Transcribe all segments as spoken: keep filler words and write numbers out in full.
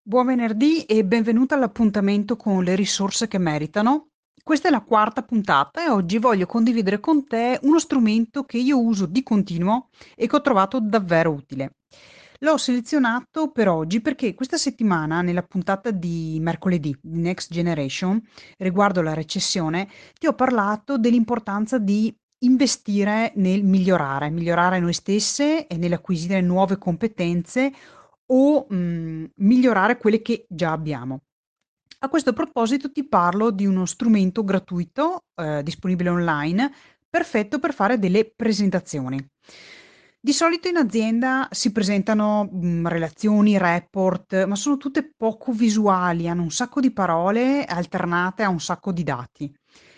Buon venerdì e benvenuta all'appuntamento con le risorse che meritano. Questa è la quarta puntata e oggi voglio condividere con te uno strumento che io uso di continuo e che ho trovato davvero utile. L'ho selezionato per oggi perché questa settimana, nella puntata di mercoledì di Next Generation, riguardo la recessione, ti ho parlato dell'importanza di investire nel migliorare, migliorare noi stesse e nell'acquisire nuove competenze o, mhmm, migliorare quelle che già abbiamo. A questo proposito ti parlo di uno strumento gratuito, ehm, disponibile online, perfetto per fare delle presentazioni. Di solito in azienda si presentano, mhmm, relazioni, report, ma sono tutte poco visuali, hanno un sacco di parole alternate a un sacco di dati.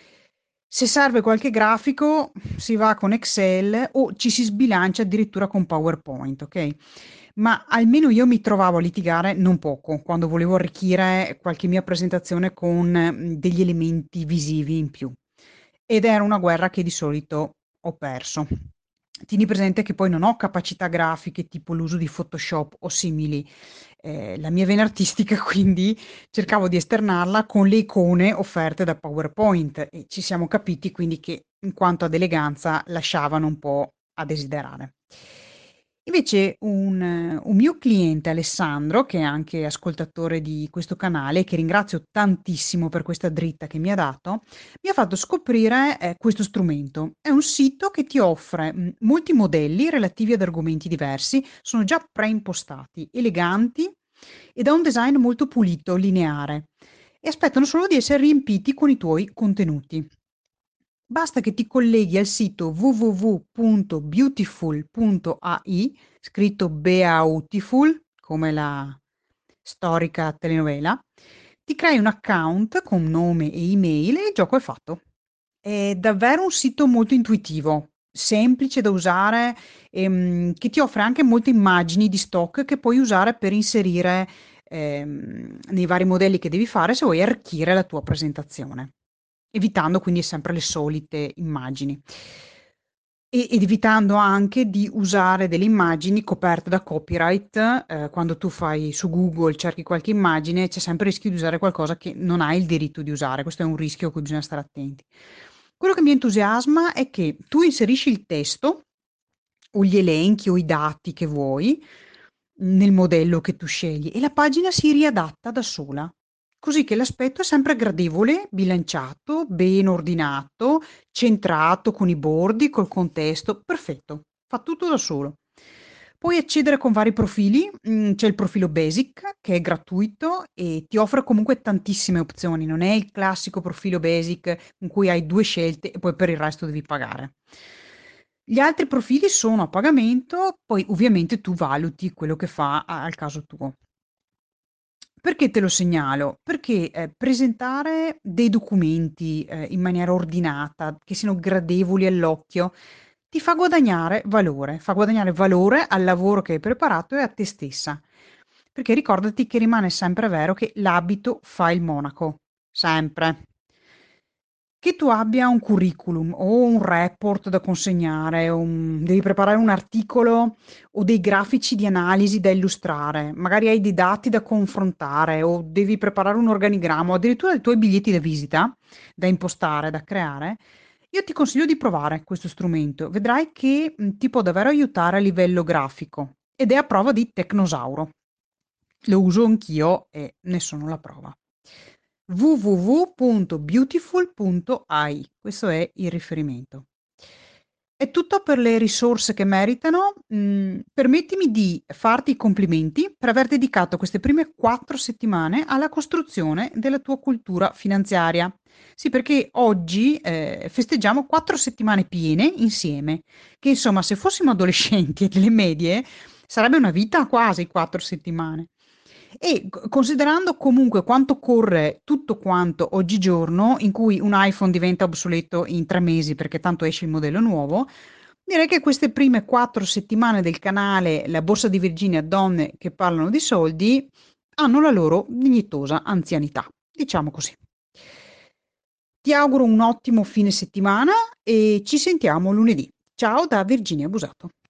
Se serve qualche grafico si va con Excel o ci si sbilancia addirittura con PowerPoint, okay? Ma almeno io mi trovavo a litigare non poco, quando volevo arricchire qualche mia presentazione con, mhmm, degli elementi visivi in più. Ed era una guerra che di solito ho perso. Tieni presente che poi non ho capacità grafiche tipo l'uso di Photoshop o simili. Ehm, la mia vena artistica quindi cercavo di esternarla con le icone offerte da PowerPoint e ci siamo capiti quindi che in quanto ad eleganza lasciavano un po' a desiderare. Invece un un mio cliente Alessandro, che è anche ascoltatore di questo canale, che ringrazio tantissimo per questa dritta che mi ha dato, mi ha fatto scoprire, ehm, questo strumento. È un sito che ti offre, mhmm, molti modelli relativi ad argomenti diversi, sono già preimpostati, eleganti e da un design molto pulito, lineare e aspettano solo di essere riempiti con i tuoi contenuti. Basta che ti colleghi al sito w w w punto beautiful punto a i, scritto Beautiful, come la storica telenovela, ti crei un account con nome e email e il gioco è fatto. È davvero un sito molto intuitivo, semplice da usare, ehm, che ti offre anche molte immagini di stock che puoi usare per inserire, ehm, nei vari modelli che devi fare se vuoi arricchire la tua presentazione, evitando quindi sempre le solite immagini. E ed evitando anche di usare delle immagini coperte da copyright, ehm, quando tu fai su Google, cerchi qualche immagine, c'è sempre il rischio di usare qualcosa che non hai il diritto di usare. Questo è un rischio a cui bisogna stare attenti. Quello che mi entusiasma è che tu inserisci il testo o gli elenchi o i dati che vuoi nel modello che tu scegli e la pagina si riadatta da sola, così che l'aspetto è sempre gradevole, bilanciato, ben ordinato, centrato con i bordi, col contesto, perfetto, fa tutto da solo. Puoi accedere con vari profili, mhmm, c'è il profilo basic che è gratuito e ti offre comunque tantissime opzioni, non è il classico profilo basic in cui hai due scelte e poi per il resto devi pagare. Gli altri profili sono a pagamento, poi ovviamente tu valuti quello che fa a al caso tuo. Perché te lo segnalo? Perché, ehm, presentare dei documenti, ehm, in maniera ordinata, che siano gradevoli all'occhio, ti fa guadagnare valore, fa guadagnare valore al lavoro che hai preparato e a te stessa. Perché ricordati che rimane sempre vero che l'abito fa il monaco, sempre. Che tu abbia un curriculum o un report da consegnare, un devi preparare un articolo o dei grafici di analisi da illustrare, magari hai dei dati da confrontare o devi preparare un organigramma o addirittura i tuoi biglietti da visita da impostare, da creare, io ti consiglio di provare questo strumento. Vedrai che, mhmm, ti può davvero aiutare a livello grafico ed è a prova di tecnosauro. Lo uso anch'io e ne sono la prova. w w w punto beautiful punto a i, questo è il riferimento. È tutto per le risorse che meritano. Mhmm, permettimi di farti i complimenti per aver dedicato queste prime quattro settimane alla costruzione della tua cultura finanziaria. Sì, perché oggi, ehm, festeggiamo quattro settimane piene insieme, che insomma se fossimo adolescenti e delle medie sarebbe una vita quasi quattro settimane. E c considerando comunque quanto corre tutto quanto oggigiorno, in cui un iPhone diventa obsoleto in tre mesi perché tanto esce il modello nuovo, direi che queste prime quattro settimane del canale La Borsa di Virginia Donne che parlano di soldi hanno la loro dignitosa anzianità, diciamo così. Ti auguro un ottimo fine settimana e ci sentiamo lunedì. Ciao da Virginia Busato.